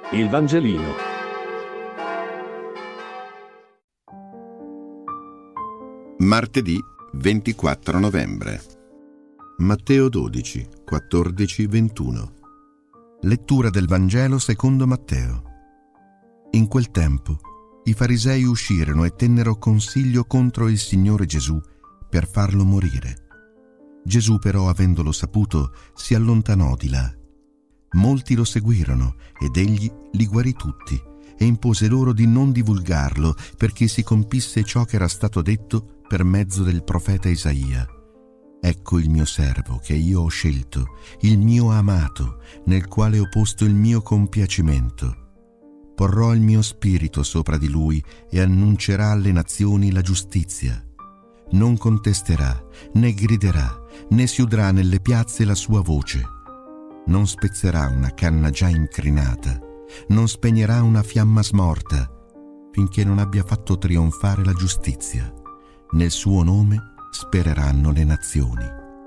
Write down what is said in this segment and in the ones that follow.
Il Vangelino. Martedì 24 novembre. Matteo 12, 14, 21. Lettura del Vangelo secondo Matteo. In quel tempo i farisei uscirono e tennero consiglio contro il Signore Gesù per farlo morire. Gesù però, avendolo saputo, si allontanò di là. Molti lo seguirono ed egli li guarì tutti e impose loro di non divulgarlo, perché si compisse ciò che era stato detto per mezzo del profeta Isaia. Ecco il mio servo che io ho scelto, il mio amato, nel quale ho posto il mio compiacimento. Porrò il mio spirito sopra di lui e annuncerà alle nazioni la giustizia. Non contesterà, né griderà, né si udrà nelle piazze la sua voce. Non spezzerà una canna già incrinata, non spegnerà una fiamma smorta, finché non abbia fatto trionfare la giustizia. Nel suo nome spereranno le nazioni.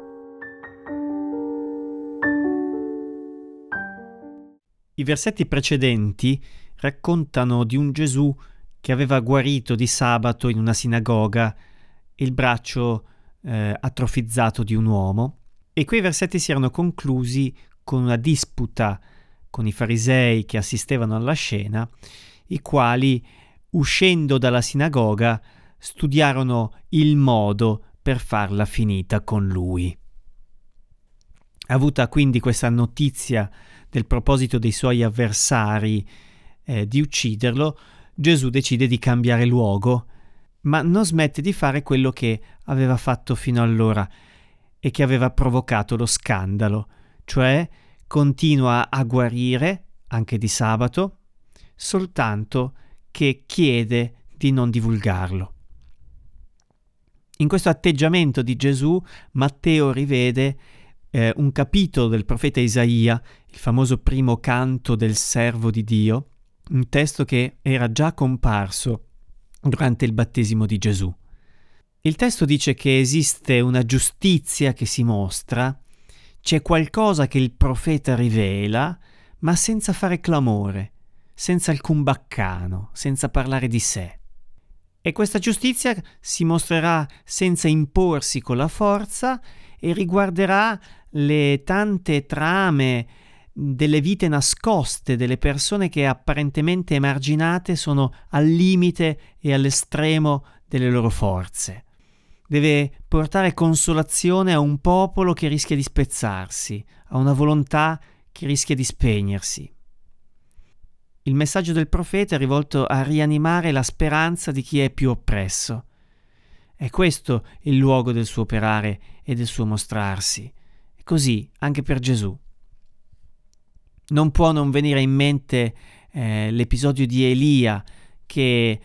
I versetti precedenti raccontano di un Gesù che aveva guarito di sabato in una sinagoga il braccio atrofizzato di un uomo, e quei versetti si erano conclusi con una disputa con i farisei che assistevano alla scena, i quali, uscendo dalla sinagoga, studiarono il modo per farla finita con lui. Avuta quindi questa notizia del proposito dei suoi avversari di ucciderlo, Gesù decide di cambiare luogo, ma non smette di fare quello che aveva fatto fino allora e che aveva provocato lo scandalo, cioè continua a guarire anche di sabato, soltanto che chiede di non divulgarlo. In questo atteggiamento di Gesù, Matteo rivede un capitolo del profeta Isaia, il famoso primo canto del servo di Dio, un testo che era già comparso durante il battesimo di Gesù. Il testo dice che esiste una giustizia che si mostra, c'è qualcosa che il profeta rivela, ma senza fare clamore, senza alcun baccano, senza parlare di sé. E questa giustizia si mostrerà senza imporsi con la forza e riguarderà le tante trame delle vite nascoste delle persone che apparentemente emarginate sono al limite e all'estremo delle loro forze. Deve portare consolazione a un popolo che rischia di spezzarsi, a una volontà che rischia di spegnersi. Il messaggio del profeta è rivolto a rianimare la speranza di chi è più oppresso. È questo il luogo del suo operare e del suo mostrarsi. E così anche per Gesù. Non può non venire in mente l'episodio di Elia che,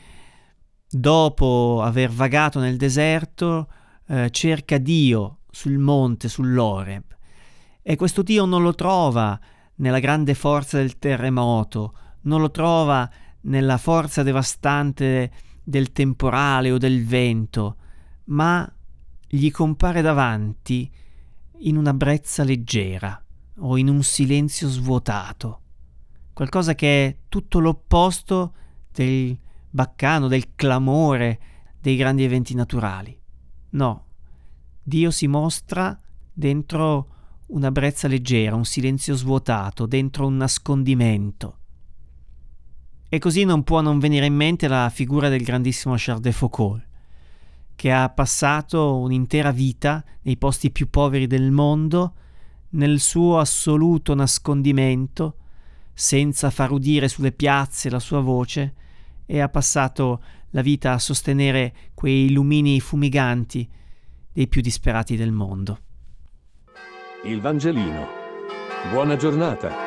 dopo aver vagato nel deserto, cerca Dio sul monte, sull'Oreb, e questo Dio non lo trova nella grande forza del terremoto, non lo trova nella forza devastante del temporale o del vento, ma gli compare davanti in una brezza leggera o in un silenzio svuotato, qualcosa che è tutto l'opposto del baccano, del clamore dei grandi eventi naturali. No, Dio si mostra dentro una brezza leggera, un silenzio svuotato, dentro un nascondimento. E così non può non venire in mente la figura del grandissimo Charles de Foucault, che ha passato un'intera vita nei posti più poveri del mondo, nel suo assoluto nascondimento, senza far udire sulle piazze la sua voce, e ha passato la vita a sostenere quei lumini fumiganti dei più disperati del mondo. Il Vangelino. Buona giornata.